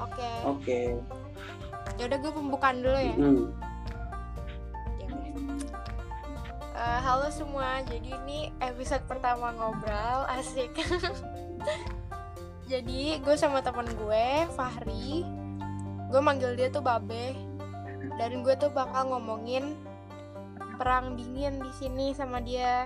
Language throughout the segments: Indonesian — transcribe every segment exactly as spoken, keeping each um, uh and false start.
Oke. Oke. Ya udah gue pembukaan dulu ya. Hmm. Uh, halo semua, jadi ini episode pertama ngobrol, asik. Jadi gue sama temen gue, Fahri, gue manggil dia tuh Babe, dan gue tuh bakal ngomongin perang dingin di sini sama dia.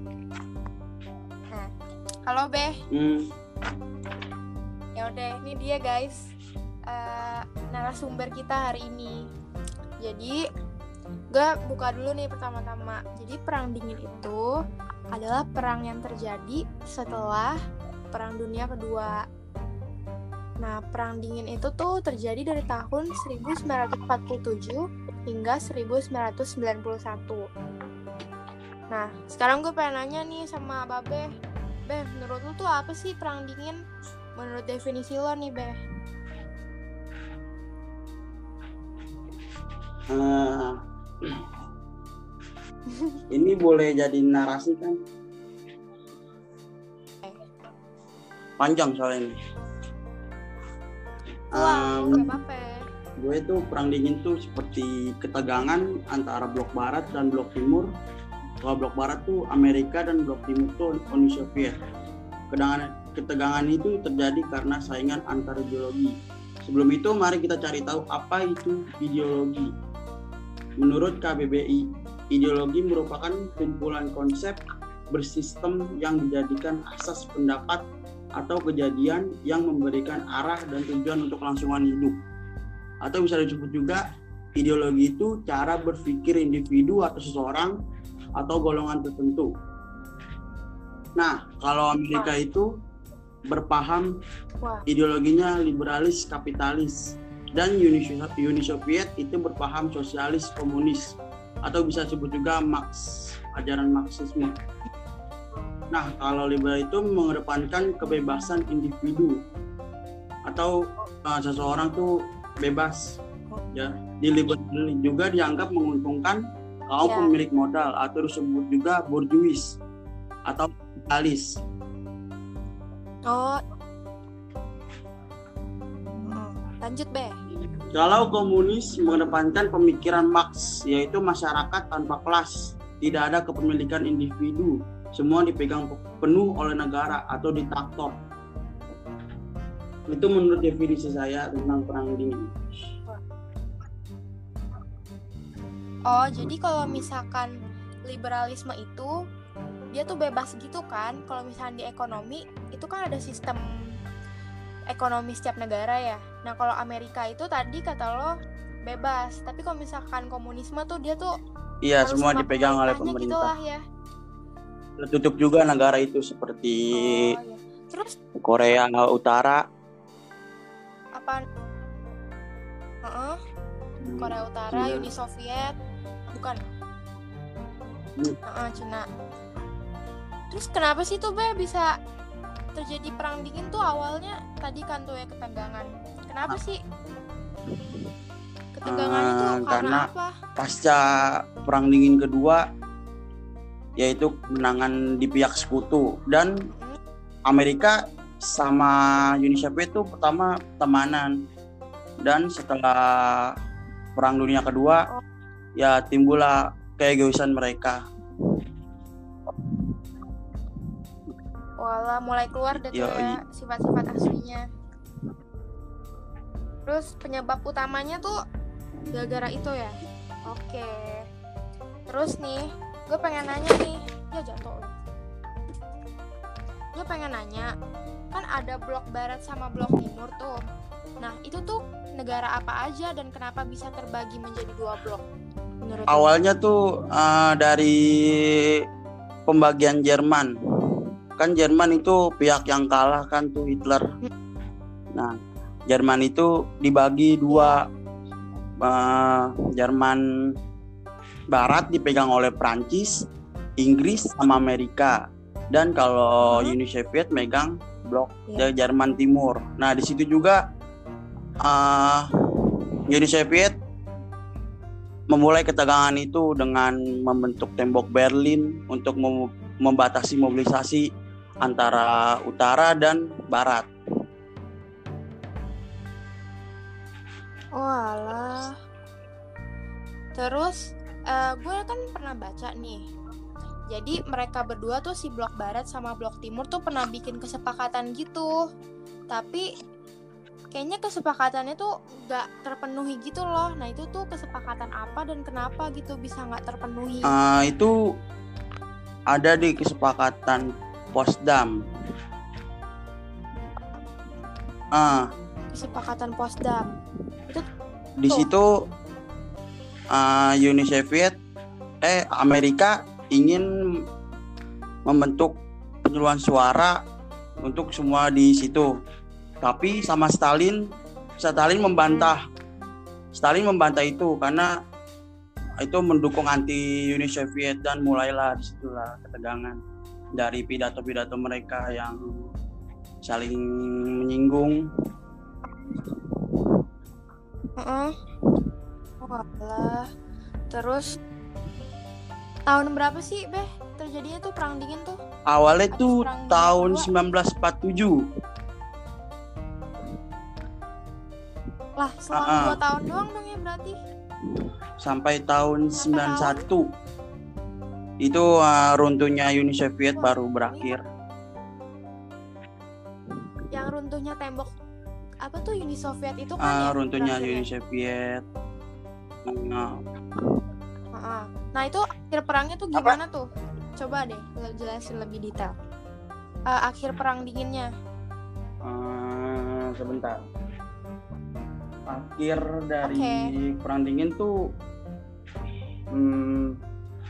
Nah, halo Be. Hmm. Ya udah, ini dia guys, uh, narasumber kita hari ini. Jadi gue buka dulu nih pertama-tama. Jadi perang dingin itu adalah perang yang terjadi setelah Perang Dunia Kedua. Nah, perang dingin itu tuh terjadi dari tahun seribu sembilan ratus empat puluh tujuh hingga seribu sembilan ratus sembilan puluh satu. Nah, sekarang gue pengen nanya nih sama Babe. Be, menurut lu tuh apa sih perang dingin? Menurut definisi lo nih, Be. Uh, ini boleh jadi narasi kan? Panjang soalnya ini. Wow, Um, gak apa-apa. gue tuh perang dingin tuh seperti ketegangan antara blok barat dan blok timur. Kalau blok barat tuh Amerika dan blok timur tuh Uni Soviet. Ketegangan, ketegangan itu terjadi karena saingan antar ideologi. Sebelum itu mari kita cari tahu apa itu ideologi. Menurut K B B I, ideologi merupakan kumpulan konsep bersistem yang dijadikan asas pendapat atau kejadian yang memberikan arah dan tujuan untuk kelangsungan hidup. Atau bisa disebut juga ideologi itu cara berpikir individu atau seseorang atau golongan tertentu. Nah, kalau Amerika itu berpaham Wah. ideologinya liberalis kapitalis, dan Uni Soviet itu berpaham sosialis komunis atau bisa disebut juga Marx, ajaran Marxisme. Nah, kalau liberal itu mengedepankan kebebasan individu atau uh, seseorang tuh bebas, ya. Di liberal juga dianggap menguntungkan kaum Ya. pemilik modal atau disebut juga bourgeois atau kapitalis. Oh. Hmm, lanjut, Be. Kalau komunis mengedepankan pemikiran Marx, yaitu masyarakat tanpa kelas, tidak ada kepemilikan individu, semua dipegang penuh oleh negara atau diktator. Itu menurut definisi saya tentang perang dingin. Oh, jadi kalau misalkan liberalisme itu dia tuh bebas gitu kan. Kalau misalkan di ekonomi itu kan ada sistem ekonomi setiap negara ya. Nah, kalau Amerika itu tadi kata lo bebas, tapi kalau misalkan komunisme tuh dia tuh Iya, harus semua sama dipegang oleh pemerintahnya pemerintah. gitulah ya. Tertutup juga negara itu seperti Oh, ya. Terus Korea Utara. apa? Uh-uh. Korea Utara, Cina. Uni Soviet, bukan? Hmm. Uh-uh, Cina. Terus kenapa sih tuh Be bisa terjadi perang dingin tuh awalnya tadi kan tuh ya ketegangan. Kenapa sih ketegangan Uh, itu karena, karena apa? pasca perang dingin kedua, yaitu kemenangan di pihak sekutu, dan Hmm. Amerika sama Uni Soviet itu pertama temanan, dan setelah perang dunia kedua Oh. ya timbullah keegoisan mereka. Walah, mulai keluar deh tuh ya sifat-sifat aslinya. Terus penyebab utamanya tuh gara-gara itu ya. Oke. Terus nih, gue pengen nanya nih, ya jatuh. Gue pengen nanya, kan ada blok barat sama blok timur tuh. Nah, itu tuh negara apa aja dan kenapa bisa terbagi menjadi dua blok? Menurut lo? Awalnya tuh uh, dari pembagian Jerman. Kan Jerman itu pihak yang kalah kan tuh Hitler. Nah, Jerman itu dibagi dua. Uh, Jerman Barat dipegang oleh Prancis, Inggris sama Amerika. Dan kalau Hmm. Uni Soviet megang blok Iya. Jerman Timur. Nah, di situ juga uh, Uni Soviet memulai ketegangan itu dengan membentuk tembok Berlin untuk mem- membatasi mobilisasi antara utara dan barat. Walah. Terus uh, gue kan pernah baca nih. Jadi mereka berdua tuh si blok barat sama blok timur tuh pernah bikin kesepakatan gitu. Tapi kayaknya kesepakatannya tuh gak terpenuhi gitu loh. Nah itu tuh kesepakatan apa dan kenapa gitu bisa gak terpenuhi? Uh, itu ada di kesepakatan Potsdam. Ah, uh, kesepakatan Potsdam. Itu di tuh. situ uh, Uni Soviet, eh Amerika ingin membentuk penyuluhan suara untuk semua di situ. Tapi sama Stalin, Stalin membantah. Stalin membantah itu karena itu mendukung anti Uni Soviet dan mulailah disitulah ketegangan dari pidato-pidato mereka yang saling menyinggung. Uh-uh. Walah. Terus tahun berapa sih, Beh? Terjadinya tuh perang dingin tuh? Awalnya Habis tuh tahun sembilan belas empat puluh tujuh. Lah, selama uh-uh. dua tahun doang dong ya berarti? Sampai tahun Sampai sembilan puluh satu. Tahun. Itu uh, runtuhnya Uni Soviet Wah, baru berakhir. Yang runtuhnya tembok apa tuh Uni Soviet itu kan uh, ya? Runtuhnya Uni Soviet. Nah. Uh-uh. Nah itu akhir perangnya tuh gimana Apa? tuh? Coba deh jelasin lebih detail. Uh, akhir perang dinginnya. Uh, sebentar. Akhir dari okay. perang dingin tuh hmm,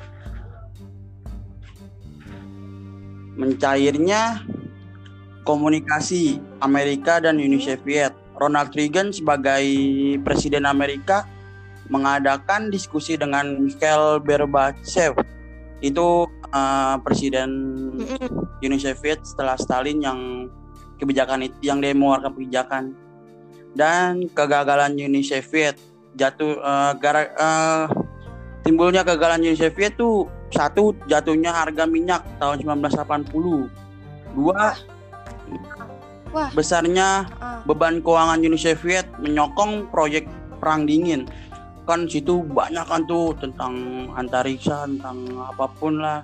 mencairnya komunikasi Amerika dan Uni Soviet. Ronald Reagan sebagai Presiden Amerika mengadakan diskusi dengan Mikhail Gorbachev, itu uh, Presiden Uni Soviet setelah Stalin yang kebijakan itu, yang dia mengeluarkan kebijakan. Dan kegagalan Uni Soviet jatuh uh, gara, uh, timbulnya kegagalan Uni Soviet tuh satu, jatuhnya harga minyak tahun sembilan belas delapan puluh. Dua, Wah. besarnya beban keuangan Uni Soviet menyokong proyek perang dingin. Kan situ banyak kan tuh tentang antariksa, tentang apapun lah.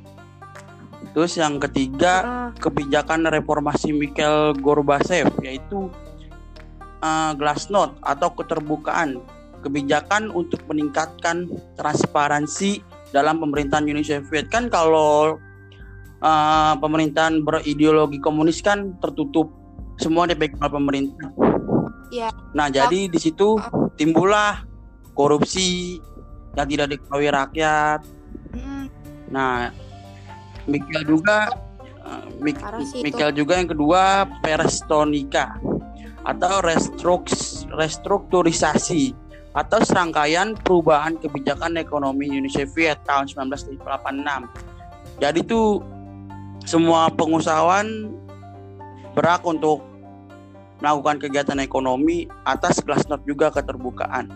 Terus yang ketiga, kebijakan reformasi Mikhail Gorbachev, yaitu uh, Glasnost atau keterbukaan, kebijakan untuk meningkatkan transparansi dalam pemerintahan Uni Soviet. Kan kalau uh, pemerintahan berideologi komunis kan tertutup, semua dipegang oleh pemerintah. Yeah. Nah, jadi di situ timbullah korupsi yang tidak diketahui rakyat. Mm. Nah, Mikhail juga uh, Mik- Mikhail juga yang kedua perestroika atau restruks, restrukturisasi atau serangkaian perubahan kebijakan ekonomi Uni Soviet tahun sembilan belas delapan puluh enam. Jadi tuh semua pengusahawan berhak untuk melakukan kegiatan ekonomi atas Glasnost juga keterbukaan.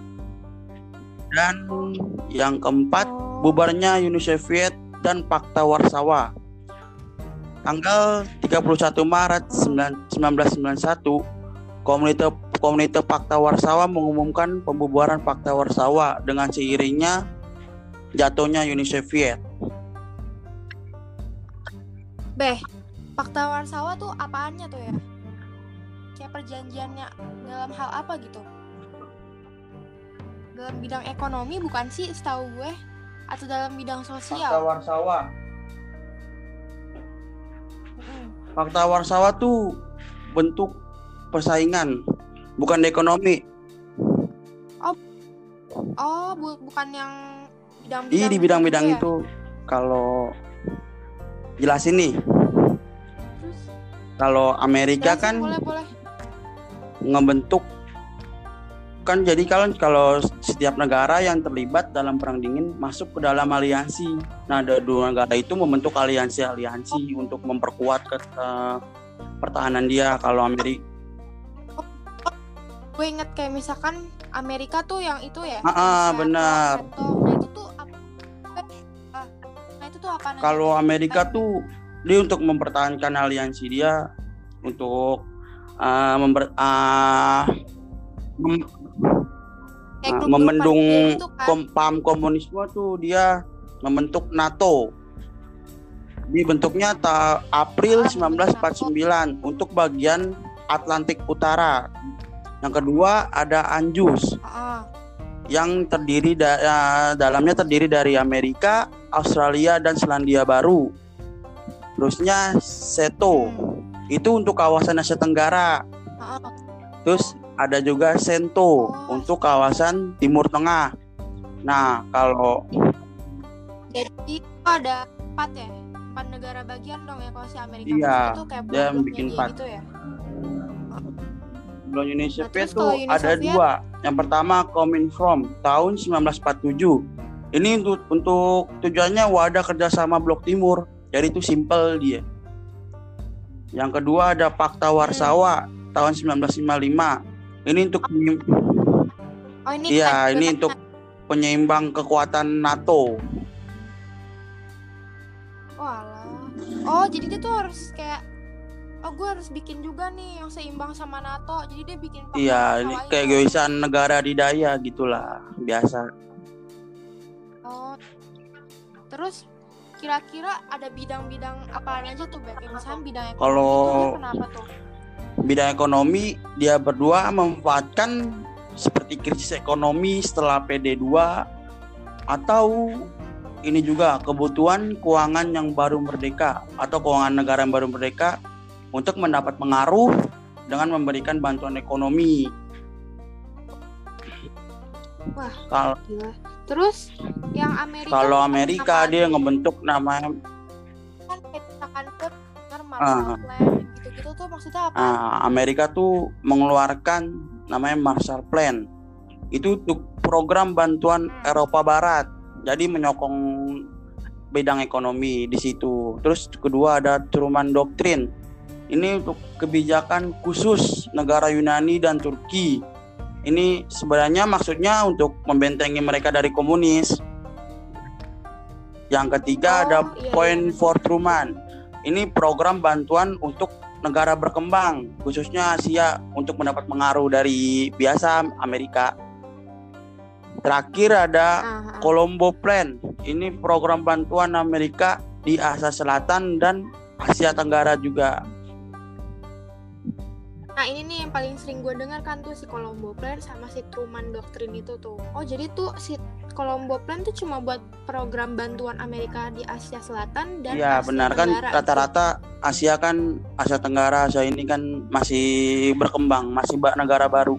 Dan yang keempat, bubarnya Uni Soviet dan Pakta Warsawa. Tanggal tiga puluh satu Maret sembilan belas sembilan puluh satu, Komite Komite Pakta Warsawa mengumumkan pembubaran Pakta Warsawa dengan seiringnya jatuhnya Uni Soviet. Beh, Pakta Warsawa tuh apaannya tuh ya? Kayak perjanjiannya dalam hal apa gitu? Dalam bidang ekonomi bukan sih setahu gue? Atau dalam bidang sosial? Pakta Warsawa. Pakta Warsawa tuh bentuk persaingan, bukan ekonomi. Oh, oh bu- bukan yang bidang-bidang. Iya, di bidang-bidang itu, itu. Ya? Kalau jelasin nih. Terus? Kalau Amerika jelasin, kan boleh, boleh. ngebentuk kan, jadi kalau kalau setiap negara yang terlibat dalam perang dingin masuk ke dalam aliansi. Nah, ada dua negara itu membentuk aliansi-aliansi oh. untuk memperkuat ke, uh, pertahanan dia. Kalau Amerika, oh, oh. gue inget kayak misalkan Amerika tuh yang itu ya. Ah, benar. Nah itu tuh apa? Nah itu tuh apa? Kalau Amerika tuh dia untuk mempertahankan aliansi dia, untuk uh, memper, uh, mem- Kayak Nah, grup-grupan memendung dia gitu kan. kom- paham komunisme tuh dia membentuk NATO. Dibentuknya ta- April Ah, sembilan belas empat puluh sembilan untuk bagian Atlantik Utara. Yang kedua ada ANZUS Ah, yang terdiri da- eh, dalamnya terdiri dari Amerika, Australia dan Selandia Baru. Terusnya SETO hmm. itu untuk kawasan Asia Tenggara. Ah, Terus ada juga Oh. SENTO untuk kawasan Timur Tengah. Nah, kalau Jadi itu ada empat ya, empat negara bagian dong ya kalau si Amerika Iya, itu kayak dia blok-bloknya bikin dia empat. gitu ya. Uni Uni Nah, Soviet terus tuh kalau Uni ada Soviet? dua. Yang pertama Komintern tahun sembilan belas empat puluh tujuh. Ini untuk untuk tujuannya wadah kerjasama Blok Timur. Jadi itu simple dia. Yang kedua ada Pakta Warsawa tahun sembilan belas lima puluh lima. Ini untuk penyim- Oh ini iya, kan- ini untuk penyeimbang kekuatan NATO. Oh alah. Oh jadi dia tuh harus kayak oh gue harus bikin juga nih yang seimbang sama NATO. Jadi dia bikin Pakta Iya, Warsawa ini itu. keegoisan negara didaya gitulah, biasa. Oh. Terus kira-kira ada bidang-bidang apaan aja tuh, Bek? Kayak misalnya bidang ekonomi Kalau- itu dia kenapa tuh? Bidang ekonomi dia berdua memanfaatkan seperti krisis ekonomi setelah P D dua atau ini juga kebutuhan keuangan yang baru merdeka atau keuangan negara yang baru merdeka untuk mendapat pengaruh dengan memberikan bantuan ekonomi. Wah, Kal- gila. Terus yang Amerika Kalau tuh Amerika apaan? dia ngebentuk namanya Kan kayak misalkan tuh ntar Ah. Marshall Plan gitu-gitu tuh maksudnya apa? ah, Amerika tuh mengeluarkan namanya Marshall Plan. Itu untuk program bantuan Hmm. Eropa Barat. Jadi menyokong bidang ekonomi di situ. Terus kedua ada Truman Doctrine. Ini untuk kebijakan khusus negara Yunani dan Turki. Ini sebenarnya maksudnya untuk membentengi mereka dari komunis. Yang ketiga Oh, ada iya, Point iya. for Truman. Ini program bantuan untuk negara berkembang, khususnya Asia untuk mendapat pengaruh dari biasa Amerika. Terakhir ada Ah, ah. Colombo Plan. Ini program bantuan Amerika di Asia Selatan dan Asia Tenggara juga. Nah ini nih yang paling sering gue dengar kan tuh si Colombo Plan sama si Truman Doctrine itu tuh. Oh jadi tuh si Colombo Plan tuh cuma buat program bantuan Amerika di Asia Selatan dan Iya Asia benar kan, Tenggara gitu. rata-rata Asia kan Asia Tenggara, Asia ini kan masih berkembang, masih ba- negara baru.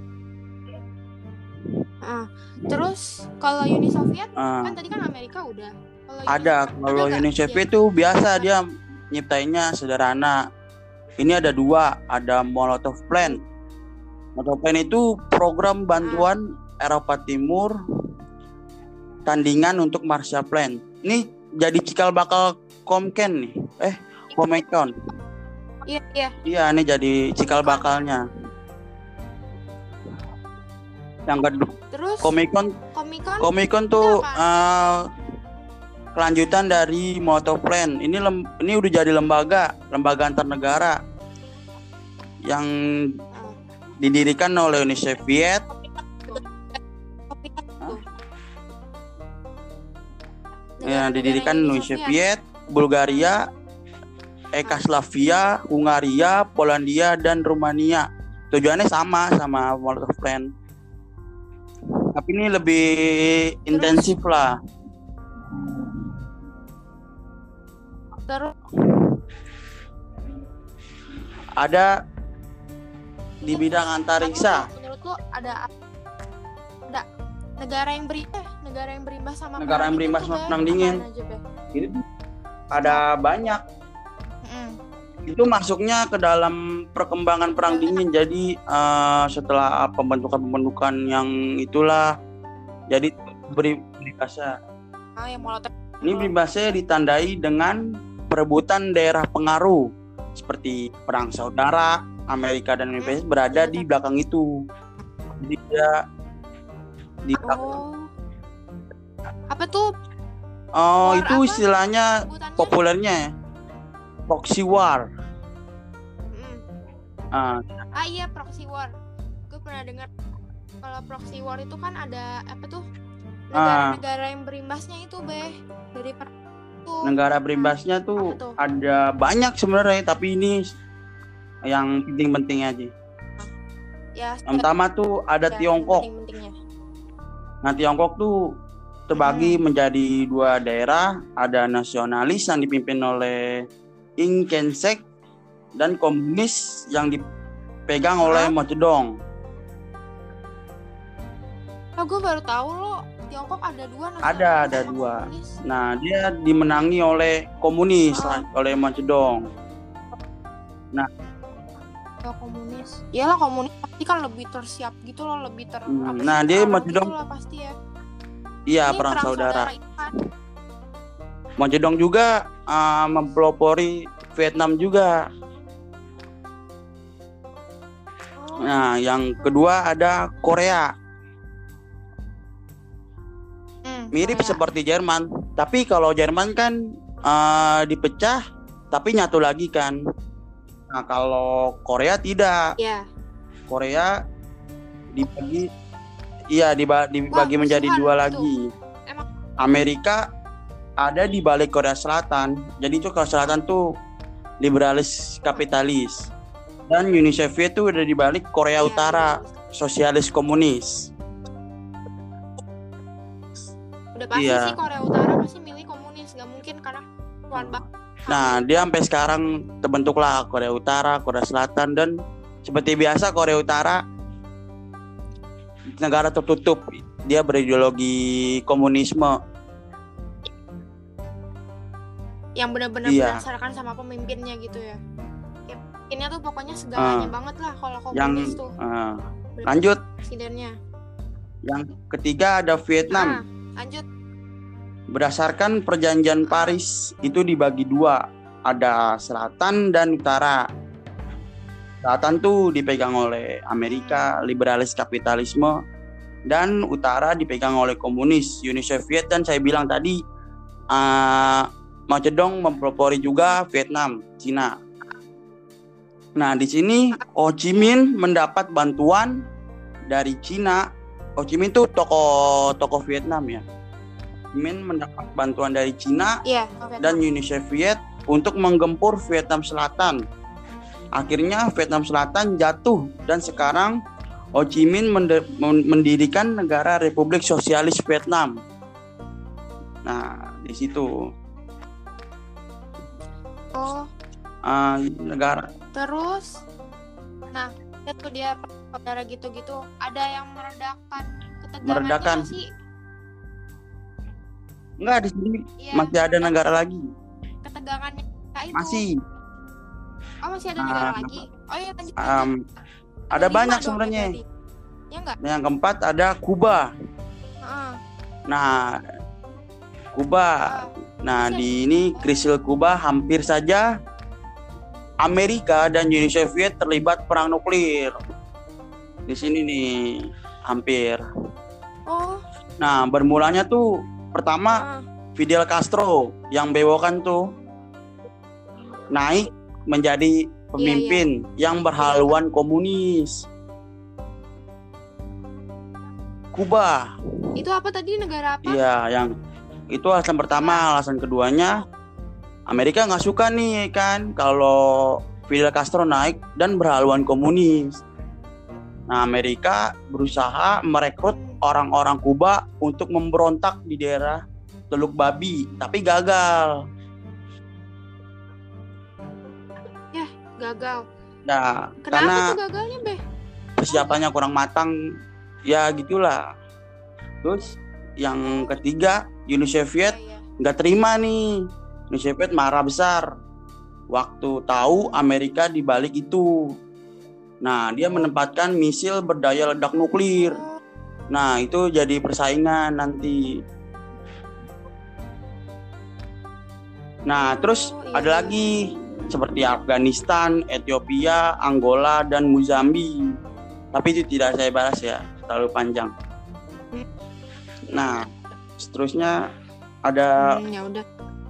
Ah, terus kalau Uni Soviet Ah, kan tadi kan Amerika udah. Kalau Uni ada Soviet kalau nggak? Uni Iya. Soviet itu biasa dia nyiptainnya sederhana. Ini ada dua, ada Molotov Plan. Molotov Plan itu program bantuan Eropa Timur tandingan untuk Marshall Plan. Ini jadi cikal bakal Komken nih. Eh, Komekon. Iya iya. Iya, ini jadi cikal bakalnya. Yang kedua, Terus Komekon Komikon Komekon tuh Itu eh, kelanjutan dari Molotov Plan. Ini lem- ini udah jadi lembaga, lembaga antar negara yang ah, didirikan oleh Uni Soviet, Komikon tuh. yang Negara-negara didirikan Uni Uni Soviet, Bulgaria, Yugoslavia, Hungaria, Polandia dan Rumania. Tujuannya sama sama Molotov Plan. Tapi ini lebih intensif lah. Terus Ada di bidang antariksa. Menurut, menurut lu ada ada negara yang beri eh, negara yang berimbas sama Negara yang perang berimbas itu sama tuh, perang Bek? dingin. Apaan aja, Bek? Itu ada banyak. Mm. Itu masuknya ke dalam perkembangan perang dingin. Jadi eh, setelah pembentukan-pembentukan yang itulah, jadi beri berimbasnya. Ah, yang Molotov. Ini berimbasnya ditandai dengan perebutan daerah pengaruh seperti perang saudara Amerika dan Indonesia berada di belakang itu. Jadi dia di belakang. Oh. Apa tuh Oh, war itu apa? istilahnya sebutannya? populernya ya, proxy war. Mm. Ah, Ah iya proxy war. Gue pernah dengar. kalau proxy war itu kan ada apa tuh? Ah. Negara-negara yang berimbasnya itu, Beh. Dari perang itu. Negara berimbasnya tuh, Apa tuh? ada banyak sebenarnya, tapi ini yang penting-penting aja. Ya, Yang pertama tuh ada ya, Tiongkok. penting-pentingnya. Nah, Tiongkok tuh terbagi Hmm. menjadi dua daerah, ada nasionalis yang dipimpin oleh Ing Ken-shek dan komunis yang dipegang oleh Hah? Mao Zedong. Oh, gue baru tahu loh, Tiongkok ada dua nasionalis Ada, ada sama dua. komunis. Nah, dia dimenangi oleh komunis, Ah. oleh Mao Zedong. Nah, Ya, komunis. Iyalah komunis pasti kan lebih tersiap gitu loh, lebih ter Hmm, apa nah, sih, dia perang Mao gitu Zedong- lah pasti ya. iya, Ini perang saudara. itu kan. Mao Zedong juga uh, mempelopori Vietnam juga. Oh, Nah, yang kedua ada Korea. hmm, Mirip Korea. seperti Jerman, tapi kalau Jerman kan uh, dipecah tapi nyatu lagi kan. Nah, kalau Korea tidak. Iya. Korea dibagi iya diba- dibagi Wah, menjadi musuhan dua gitu. lagi. Emang Amerika ada di balik Korea Selatan. Jadi itu Korea Selatan tuh liberalis kapitalis. Dan Uni Soviet tuh udah di balik Korea iya, Utara, iya. sosialis komunis. Udah pasti Iya. sih Korea Utara pasti milih komunis, gak mungkin karena tuan bang. Nah, dia sampai sekarang terbentuklah Korea Utara, Korea Selatan, dan seperti biasa Korea Utara negara tertutup. Dia berideologi komunisme. Yang benar-benar Iya. berdasarkan sama pemimpinnya gitu ya. Ya pemimpinnya tuh pokoknya segalanya Ah. banget lah kalau Yang komunis tuh. uh, lanjut, Presidennya. yang ketiga ada Vietnam. Ah, lanjut. Berdasarkan perjanjian Paris itu dibagi dua, ada selatan dan utara. Selatan tuh dipegang oleh Amerika, liberalis kapitalisme, dan utara dipegang oleh komunis, Uni Soviet, dan saya bilang tadi uh, Mao Zedong mempelopori juga Vietnam, Cina. Nah, di sini Ho Chi Minh mendapat bantuan dari Cina. Ho Chi Minh tuh tokoh tokoh Vietnam ya. Min mendapat bantuan dari Cina Iya, dan Uni Soviet untuk menggempur Vietnam Selatan. Akhirnya Vietnam Selatan jatuh dan sekarang Ho Chi Minh mende- mendirikan negara Republik Sosialis Vietnam. Nah, di situ Oh, uh, negara. terus nah, itu dia saudara gitu-gitu, ada yang meredakan ketegangannya Meredakan. nggak sih? Enggak, di sini Iya, masih ada meredakan negara lagi. ketegangannya kayak itu. Masih Oh, masih ada negara Ah, lagi. Oh iya, lanjut. lanjut. um, ada lima banyak dong sebenarnya. berarti. Ya enggak? Yang keempat ada Kuba. Heeh. Nah, Kuba. Nah, di ini krisis Kuba hampir saja Amerika dan Uni Soviet terlibat perang nuklir. Di sini nih, hampir. Oh, Nah, bermulanya tuh pertama ah. Fidel Castro yang bewokan tuh naik menjadi pemimpin yang berhaluan komunis. Kuba. Itu apa tadi, negara apa? Iya, yang itu alasan pertama. Alasan keduanya, Amerika nggak suka nih kan kalau Fidel Castro naik dan berhaluan komunis. Nah, Amerika berusaha merekrut orang-orang Kuba untuk memberontak di daerah Teluk Babi, tapi gagal. Gagal. Nah, Kenapa karena tuh gagalnya, Beh? persiapannya kurang matang, ya gitulah. Terus yang ketiga, Uni Soviet Iya, iya. nggak terima nih. Uni Soviet marah besar waktu tahu Amerika di balik itu. Nah, dia menempatkan misil berdaya ledak nuklir. Oh, Nah, itu jadi persaingan nanti. Nah, terus Oh, iya, ada iya. lagi seperti Afghanistan, Ethiopia, Angola, dan Mozambik. Tapi itu tidak saya bahas ya, terlalu panjang. Nah, seterusnya ada hmm, ya udah.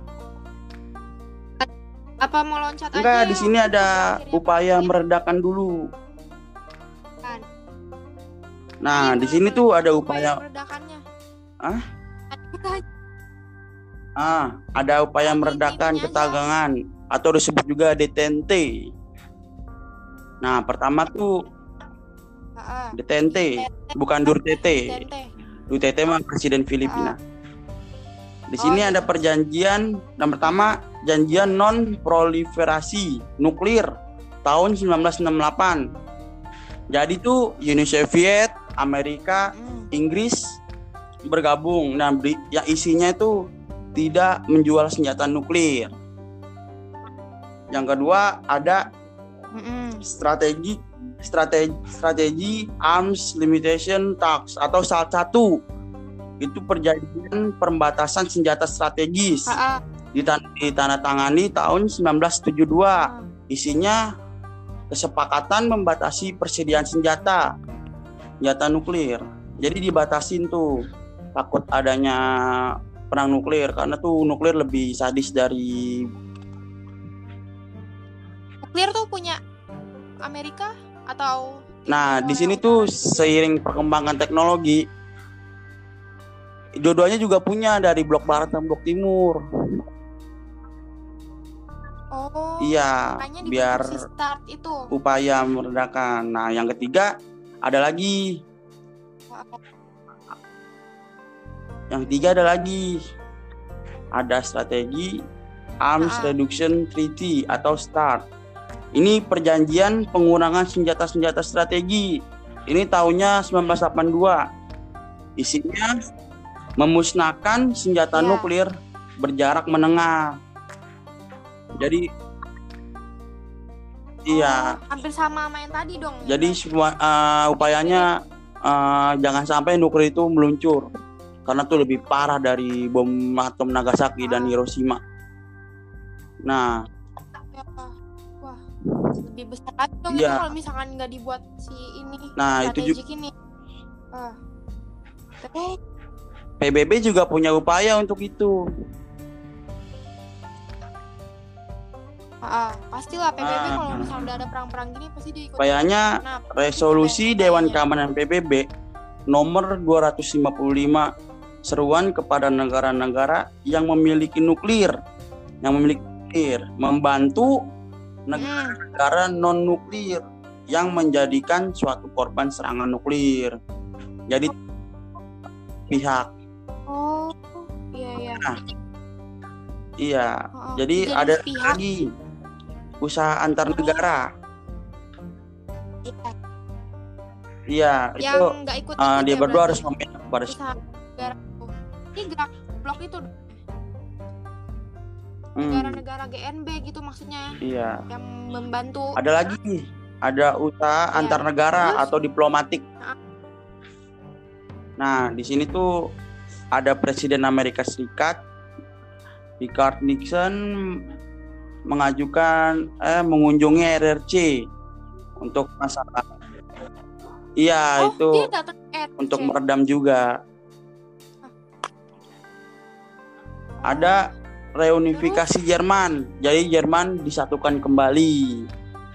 Apa mau loncat aja? enggak, ya? di sini ada Akhirnya upaya pasti meredakan dulu. kan. Nah, Ini di sini tuh ada upaya upaya meredakannya. ah Kita ah ada upaya Tapi meredakan intinya aja. ketegangan atau disebut juga detente. Nah, pertama tuh Ah, ah. detente, bukan Duterte. Detente. Duterte mah presiden Filipina. Di Oh, sini gitu. ada perjanjian yang pertama, janjian non proliferasi nuklir tahun sembilan belas enam puluh delapan. Jadi tuh Uni Soviet, Amerika, Mm. Inggris bergabung. Nah, beri- yang isinya itu tidak menjual senjata nuklir. Yang kedua ada Mm-mm. strategi strategi strategi arms limitation talks atau S A L satu. Itu perjanjian pembatasan senjata strategis. Ah, ah. Ditan- ditandatangani tahun sembilan belas tujuh puluh dua. Ah. Isinya kesepakatan membatasi persediaan senjata senjata nuklir. Jadi dibatasin tuh, takut adanya perang nuklir karena tuh nuklir lebih sadis dari Nuklir tuh punya Amerika atau Nah, di Korea sini Utara tuh gitu? seiring perkembangan teknologi, dua-duanya juga punya dari blok barat dan blok timur. Oh, Iya, makanya dibentuk biar si START itu. upaya meredakan. Nah, yang ketiga ada lagi. Yang ketiga ada lagi. Ada strategi Arms Ah. Reduction Treaty atau START. Ini perjanjian pengurangan senjata-senjata strategi. Ini tahunnya sembilan belas delapan puluh dua. Isinya memusnahkan senjata Ya. nuklir berjarak menengah. Jadi iya, Oh, hampir sama sama yang tadi dong. jadi semua uh, upayanya uh, jangan sampai nuklir itu meluncur karena tuh lebih parah dari bom atom Nagasaki dan Hiroshima. Nah, Ya. Wah, lebih besar lagi dong Iya. itu kalau misalkan nggak dibuat si ini Nah, itu strategik ini. Ah. Terus, P B B juga punya upaya untuk itu. ah, ah, pastilah P B B Ah. kalau misalnya udah ada perang-perang gini pasti diikuti. Upayanya Nah, Resolusi upaya- Dewan upayanya. Keamanan P B B nomor dua ratus lima puluh lima, seruan kepada negara-negara yang memiliki nuklir, yang memiliki nuklir, membantu Hmm. negara non nuklir yang menjadikan suatu korban serangan nuklir. Jadi pihak, Oh, iya iya. iya. Oh, oh. Jadi Jadi ada pihak. lagi usaha antar negara. Iya. Iya, Yang itu nggak ikut uh, dia ya berdua berarti. harus memihak kepada Usaha negara itu. Ini gerak blok itu Hmm, negara-negara G N B gitu maksudnya iya. yang membantu. Ada lagi, ada usaha Iya. antar negara Terus? atau diplomatik. Ah. Nah, di sini tuh ada Presiden Amerika Serikat Richard Nixon mengajukan eh mengunjungi R R C untuk masalah. Iya, Oh, itu dia datang ke R C. untuk meredam juga. Ada reunifikasi Jerman. Jadi Jerman disatukan kembali.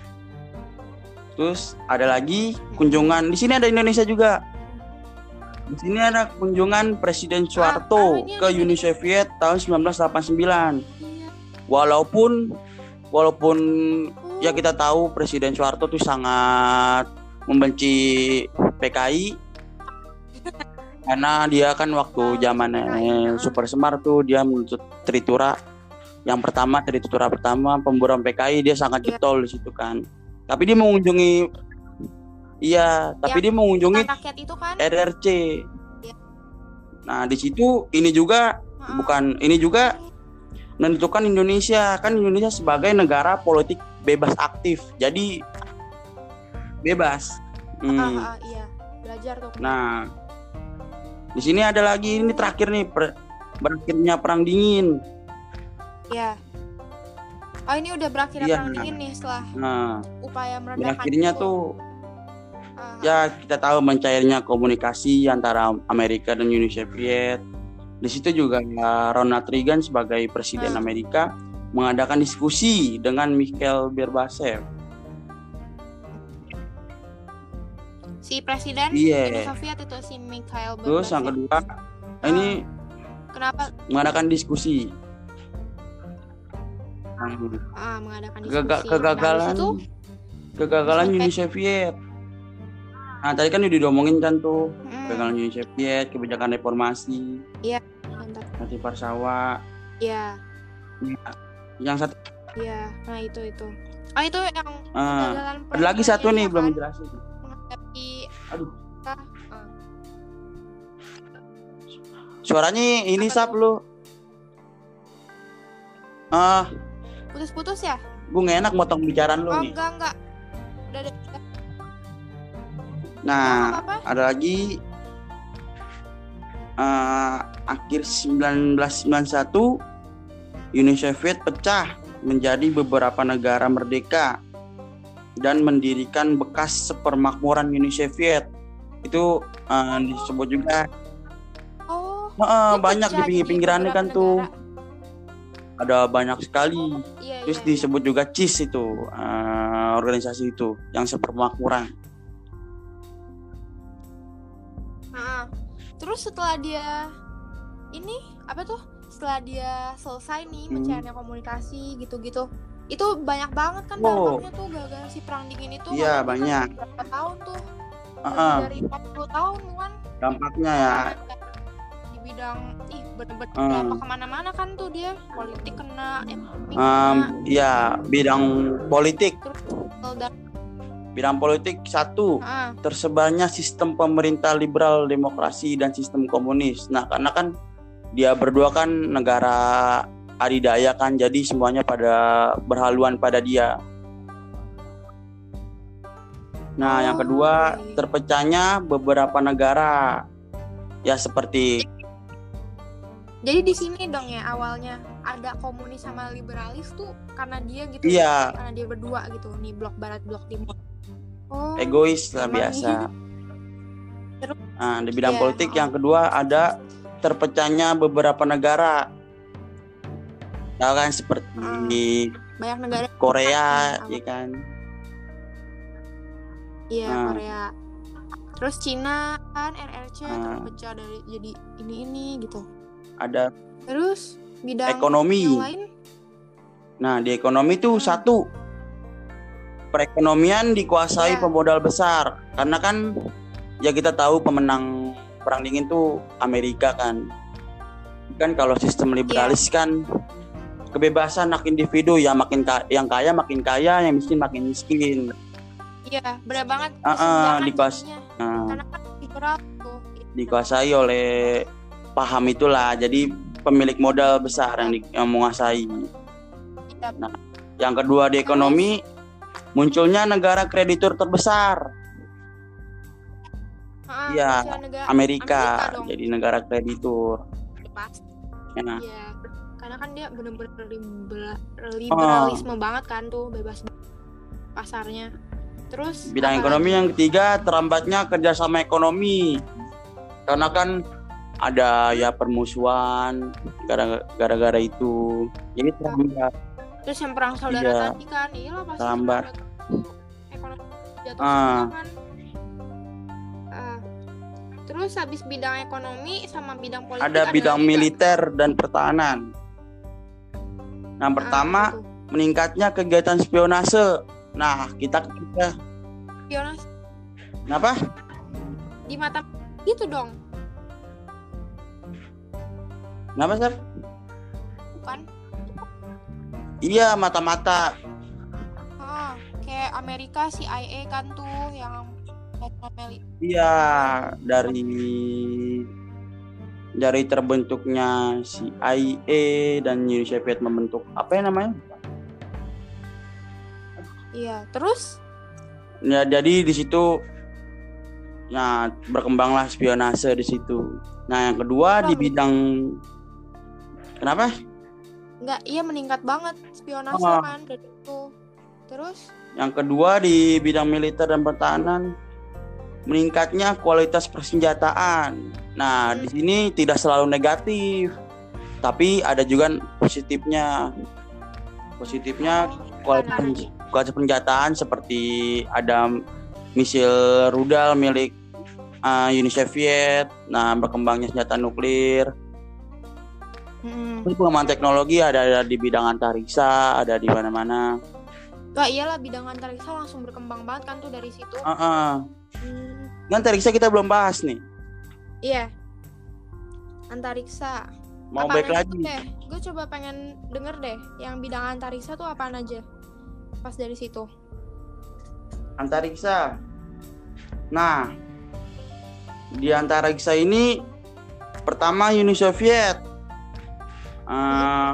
Terus ada lagi kunjungan. Di sini ada Indonesia juga. Di sini ada kunjungan Presiden Soeharto ah, ini ke yang Uni ini. Soviet tahun sembilan belas delapan puluh sembilan. Iya. Walaupun walaupun Oh. ya kita tahu Presiden Soeharto tuh sangat membenci P K I karena dia kan waktu zamannya Super Semar tuh dia menuntut Tritura. Yang pertama Tritura pertama pemburuan P K I, dia sangat Iya. getol di situ kan. Tapi dia mengunjungi iya, tapi Yang dia mengunjungi Hutan rakyat itu kan. R R C. Iya. Nah, di situ ini juga Ah. bukan ini juga menentukan Indonesia, kan Indonesia sebagai negara politik bebas aktif. Jadi bebas. Hmm. Ah, ah, iya. Belajar tuh. Nah, di sini ada lagi ini terakhir nih per, berakhirnya perang dingin. Iya. Oh, ini udah berakhir Iya. perang dingin nih setelah Nah, upaya meredakan. berakhirnya itu. tuh Ah, ya kita tahu mencairnya komunikasi antara Amerika dan Uni Soviet. Di situ juga ya, Ronald Reagan sebagai presiden Hmm. Amerika mengadakan diskusi dengan Mikhail Gorbachev. Si presiden Iya. Uni Soviet itu si Mikhail Gorbachev. Terus yang kedua, ini Kenapa? mengadakan diskusi. Ah, mengadakan Kega- diskusi. kegagalan Nah, habis itu, kegagalan Soviet. Uni Soviet. Nah, tadi kan udah diomongin kan tuh, hmm, kegagalan Uni Soviet, kebijakan reformasi, mantap. Hati Warsawa. Iya, Yang satu, iya. Nah, itu itu. Oh, itu yang ah, kegagalan ada lagi satu presiden nih dia belum kan, dijelasin. menghadapi Aduh, ah, ah. suaranya ini Apa sap tuh? lu. Ah, Putus-putus ya? gue gak enak motong bicaraan lu Oh, nih. enggak, enggak. Udah deh. udah. Nah, Nggak apa-apa. ada lagi eh, akhir sembilan belas sembilan puluh satu Uni Soviet pecah menjadi beberapa negara merdeka dan mendirikan bekas sepermakmuran Uni Soviet. Itu eh, disebut juga Oh, eh, dia banyak pecah di jadi pinggir-pinggirannya beberapa kan tuh. negara. Ada banyak sekali. Iya, Terus iya. disebut juga C I S itu, eh, organisasi itu yang sepermakmuran. Nah, terus setelah dia ini apa tuh? Setelah dia selesai nih Hmm. mencarinya komunikasi gitu-gitu. Itu banyak banget kan Wow. dampaknya tuh gara-gara si perang dingin itu. Iya, makanya banyak. kan berapa tahun tuh? Lebih Heeh, dari empat puluh tahun kan. dampaknya ya. Di bidang ih bener-bener Hmm. dampak kemana-mana kan tuh dia. Politik kena, ekonomi Em, kena, ya, bidang politik. terus dan Bidang politik satu, ah, tersebarnya sistem pemerintah liberal demokrasi dan sistem komunis. Nah, karena kan dia berdua kan negara adidaya kan, jadi semuanya pada berhaluan pada dia. Nah, yang Oh, kedua, iya. terpecahnya beberapa negara. Ya seperti Jadi di sini dong ya awalnya ada komunis sama liberalis tuh karena dia gitu. Iya. Karena dia berdua gitu nih, blok barat, blok timur. Oh, egois lah emang biasa. iya. Terus, Nah, di bidang iya, politik oh. yang kedua ada terpecahnya beberapa negara. Tahu kan seperti banyak negara. Korea, Hmm, ya kan? Iya, Ah. Korea. Terus Cina kan R R C Ah. terpecah dari jadi ini-ini gitu. Ada Terus bidang ekonomi. yang lain Nah, di ekonomi tuh Hmm. satu, perekonomian dikuasai Iya. pemodal besar. Karena kan ya kita tahu pemenang perang dingin tuh Amerika kan. Kan kalau sistem liberalis kan kebebasan hak individu, ya makin ka- yang kaya makin kaya, yang miskin makin miskin. iya, benar banget. Ah, ah, kesenjangan dikuas- jadinya. Nah, Karena kan liberal tuh. dikuasai oleh paham itulah, jadi pemilik modal besar yang, di, yang menguasai. Iya. Nah, yang kedua di ekonomi munculnya negara kreditur terbesar, Ah, Iya, kecil negara Amerika, dong. jadi negara kreditur. Pasti. Nah, Iya. Karena kan dia bener-bener libera- liberalisme banget kan tuh, bebas pasarnya. Terus bidang apa ekonomi lagi? yang ketiga terlambatnya kerjasama ekonomi, karena kan ada ya permusuhan gara- gara-gara itu, jadi terlambat. Terus yang perang saudara Iya. tadi kan, iyalah pasti Terlambat. ekonomi jatuh Ah. semua kan. Ah. Terus habis bidang ekonomi sama bidang politik Ada bidang lagi nggak? militer dan pertahanan. Nah, Ah, pertama apa tuh? meningkatnya kegiatan spionase. Nah, kita kita Spionase kenapa? di mata gitu dong, Kenapa, Sar? bukan? Iya, mata-mata. Ah, kayak Amerika C I A kan tuh yang Meli- Iya, dari dari terbentuknya C I A dan Uni Soviet membentuk apa ya namanya? Iya, terus Ya, jadi di situ nah berkembanglah spionase di situ. Nah, yang kedua di bidang kenapa? nggak, iya meningkat banget spionase Ah. kan dari itu. Terus Yang kedua di bidang militer dan pertahanan meningkatnya kualitas persenjataan. Nah, di sini tidak selalu negatif, tapi ada juga positifnya. Positifnya kualitas, kualitas persenjataan seperti ada misil rudal milik uh, Uni Soviet. Nah, berkembangnya senjata nuklir. Hmm. Terus pengembangan teknologi ada, ada di bidang antariksa, ada di mana-mana. Wah iyalah, bidang antariksa langsung berkembang banget kan tuh dari situ. Uh-uh. Hmm. Antariksa kita belum bahas nih. Iya. Antariksa. Mau apaan back aja lagi? tuh, deh? Gue coba pengen denger deh, yang bidang antariksa tuh apaan aja? Pas dari situ. Antariksa. Nah, di antariksa ini pertama Uni Soviet uh,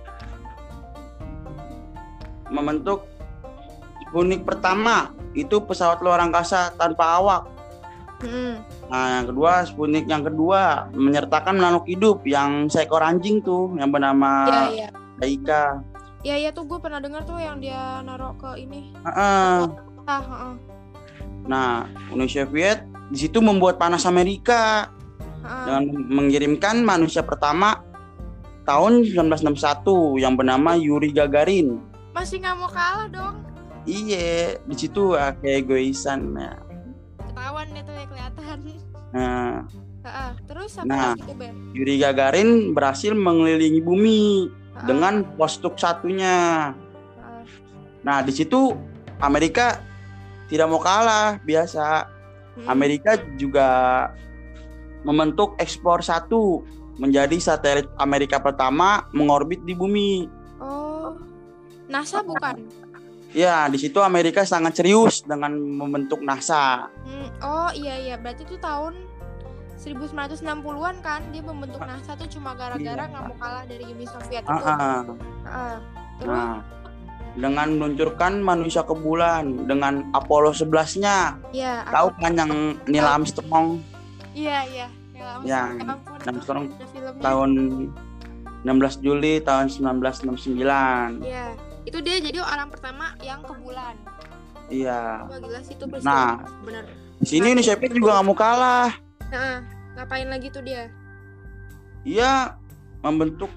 membentuk Sputnik pertama, itu pesawat luar angkasa tanpa awak. Hmm. Nah, yang kedua Sputnik yang kedua menyertakan makhluk hidup yang seekor anjing tuh yang bernama Iya iya. Daika. Iya iya tuh gue pernah dengar tuh yang dia naruh ke ini. Uh-uh. Ah, uh-uh. Nah, Uni Soviet di situ membuat panas Amerika Uh-uh. dengan mengirimkan manusia pertama tahun sembilan belas enam puluh satu yang bernama Yuri Gagarin. Masih nggak mau kalah dong. Iya, di situ ah, kayak egoisan ya. Ketahuan deh tuh ya, kelihatan. Nah, Uh-uh. Terus apa Nah. lagi tuh, Ben? Yuri Gagarin berhasil mengelilingi bumi Uh-uh. dengan postuk satunya. Uh-uh. Nah, di situ Amerika tidak mau kalah, biasa. Hmm. Amerika juga membentuk ekspor satu menjadi satelit Amerika pertama mengorbit di bumi. Oh, NASA bukan? Ya, di situ Amerika sangat serius dengan membentuk NASA. Hmm. Oh iya iya, berarti tuh tahun seribu sembilan ratus enam puluhan kan dia membentuk NASA tuh cuma gara-gara nggak mau kalah dari Uni Soviet itu. Uh-uh. Uh-uh. Terus? Nah, dengan meluncurkan manusia ke bulan dengan Apollo sebelas-nya. Iya. Tahu aku- kan yang Neil Armstrong Iya iya. Ya, Yang ampun, Armstrong itu ada filmnya. tahun enam belas Juli tahun sembilan belas enam puluh sembilan. Iya. Itu dia jadi orang pertama yang ke bulan. Iya. Wah gila sih itu peristiwa. Nah, Bener. di sini Uni Soviet juga nggak mau kalah. Nah, ngapain lagi tuh dia? Ia membentuk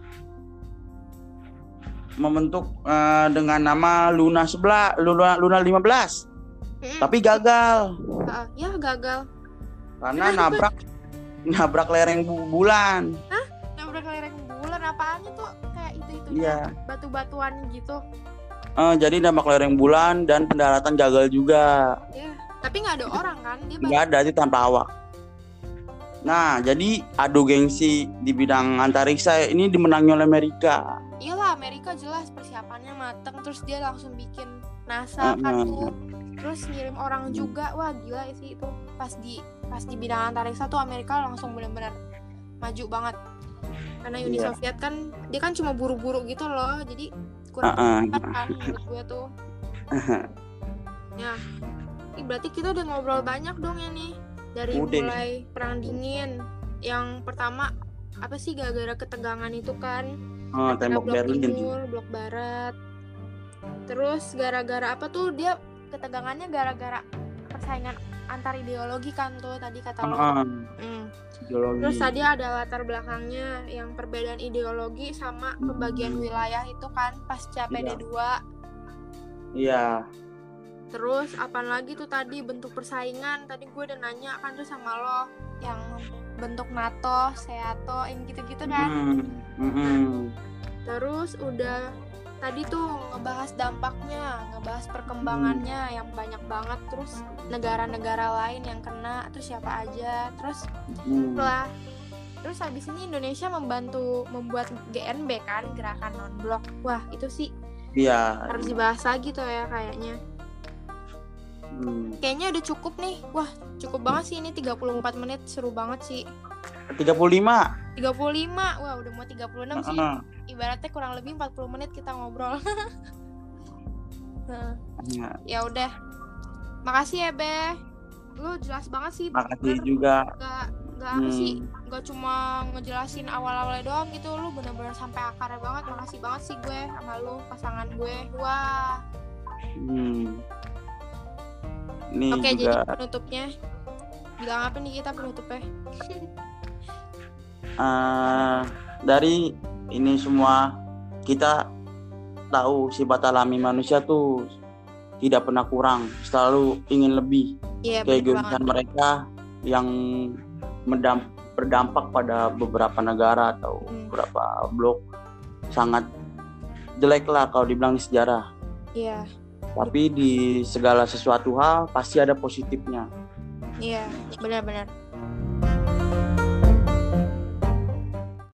membentuk eh, dengan nama Luna sebelas, Luna Luna lima belas. Hmm. Tapi gagal Ah, ya gagal. karena Kenapa? nabrak nabrak lereng bu- bulan. Nabrak lereng bulan apaannya tuh kayak itu-itu Iya. batu-batuan gitu. Eh, jadi nabrak lereng bulan dan pendaratan gagal juga. Ya, tapi nggak ada orang kan? Dia Nggak ada, itu tanpa awak. Nah, jadi adu gengsi di bidang antariksa ini dimenangi oleh Amerika. Iyalah, Amerika jelas persiapannya mateng, terus dia langsung bikin NASA kan tuh, terus ngirim orang juga. Wah gila sih itu, pas di pas di bidang antariksa tuh Amerika langsung benar-benar maju banget, karena Uni Iya. Soviet kan dia kan cuma buru-buru gitu loh, jadi kurang Uh-uh. tepat kan menurut gue tuh. Ya, ih, berarti kita udah ngobrol banyak dong ya nih, dari Udah. mulai perang dingin yang pertama apa sih, gara-gara ketegangan itu kan. Oh, Antara tembok blok Berlin. timur, blok barat. Terus gara-gara apa tuh dia ketegangannya gara-gara persaingan antar ideologi kan tuh tadi kata lo. Ah, Hmm. ideologi. Terus tadi ada latar belakangnya yang perbedaan ideologi sama pembagian wilayah itu kan pasca P D dua. Iya. Terus apa lagi tuh tadi bentuk persaingan, tadi gue udah nanya kan tuh sama lo yang bentuk NATO, SEATO, yang gitu-gitu kan. Hmm. Mm-mm. Terus udah tadi tuh ngebahas dampaknya, ngebahas perkembangannya yang banyak banget. Terus negara-negara lain yang kena tuh siapa aja. Terus Hmm. setelah terus habis ini Indonesia membantu membuat G N B kan, gerakan non blok. Wah itu sih Iya. harus dibahas lagi tuh ya kayaknya. Hmm. Kayaknya udah cukup nih. Wah cukup banget sih ini tiga puluh empat menit, seru banget sih. tiga puluh lima. tiga puluh lima, wah udah mau tiga puluh enam sih. Uh-uh. Ibaratnya kurang lebih empat puluh menit kita ngobrol. Nah, Nah, ya udah. Makasih ya, Be. Lu jelas banget sih. makasih bener. juga. Gak, gak apa Hmm. sih, gak cuma ngejelasin awal-awalnya doang gitu. Lu bener-bener sampai akarnya banget. Makasih banget sih gue sama lu, pasangan gue. Wah. Hmm. Ini Oke, jadi juga penutupnya. Bilang apa nih kita penutupnya? eh, dari ini semua kita tahu sifat alami manusia tuh tidak pernah kurang, selalu ingin lebih. Iya, bener Keegoisan banget. mereka yang mendam- berdampak pada beberapa negara atau Hmm. beberapa blok sangat jelek lah kalau dibilang di sejarah. Iya, Tapi di segala sesuatu hal pasti ada positifnya. iya, benar-benar.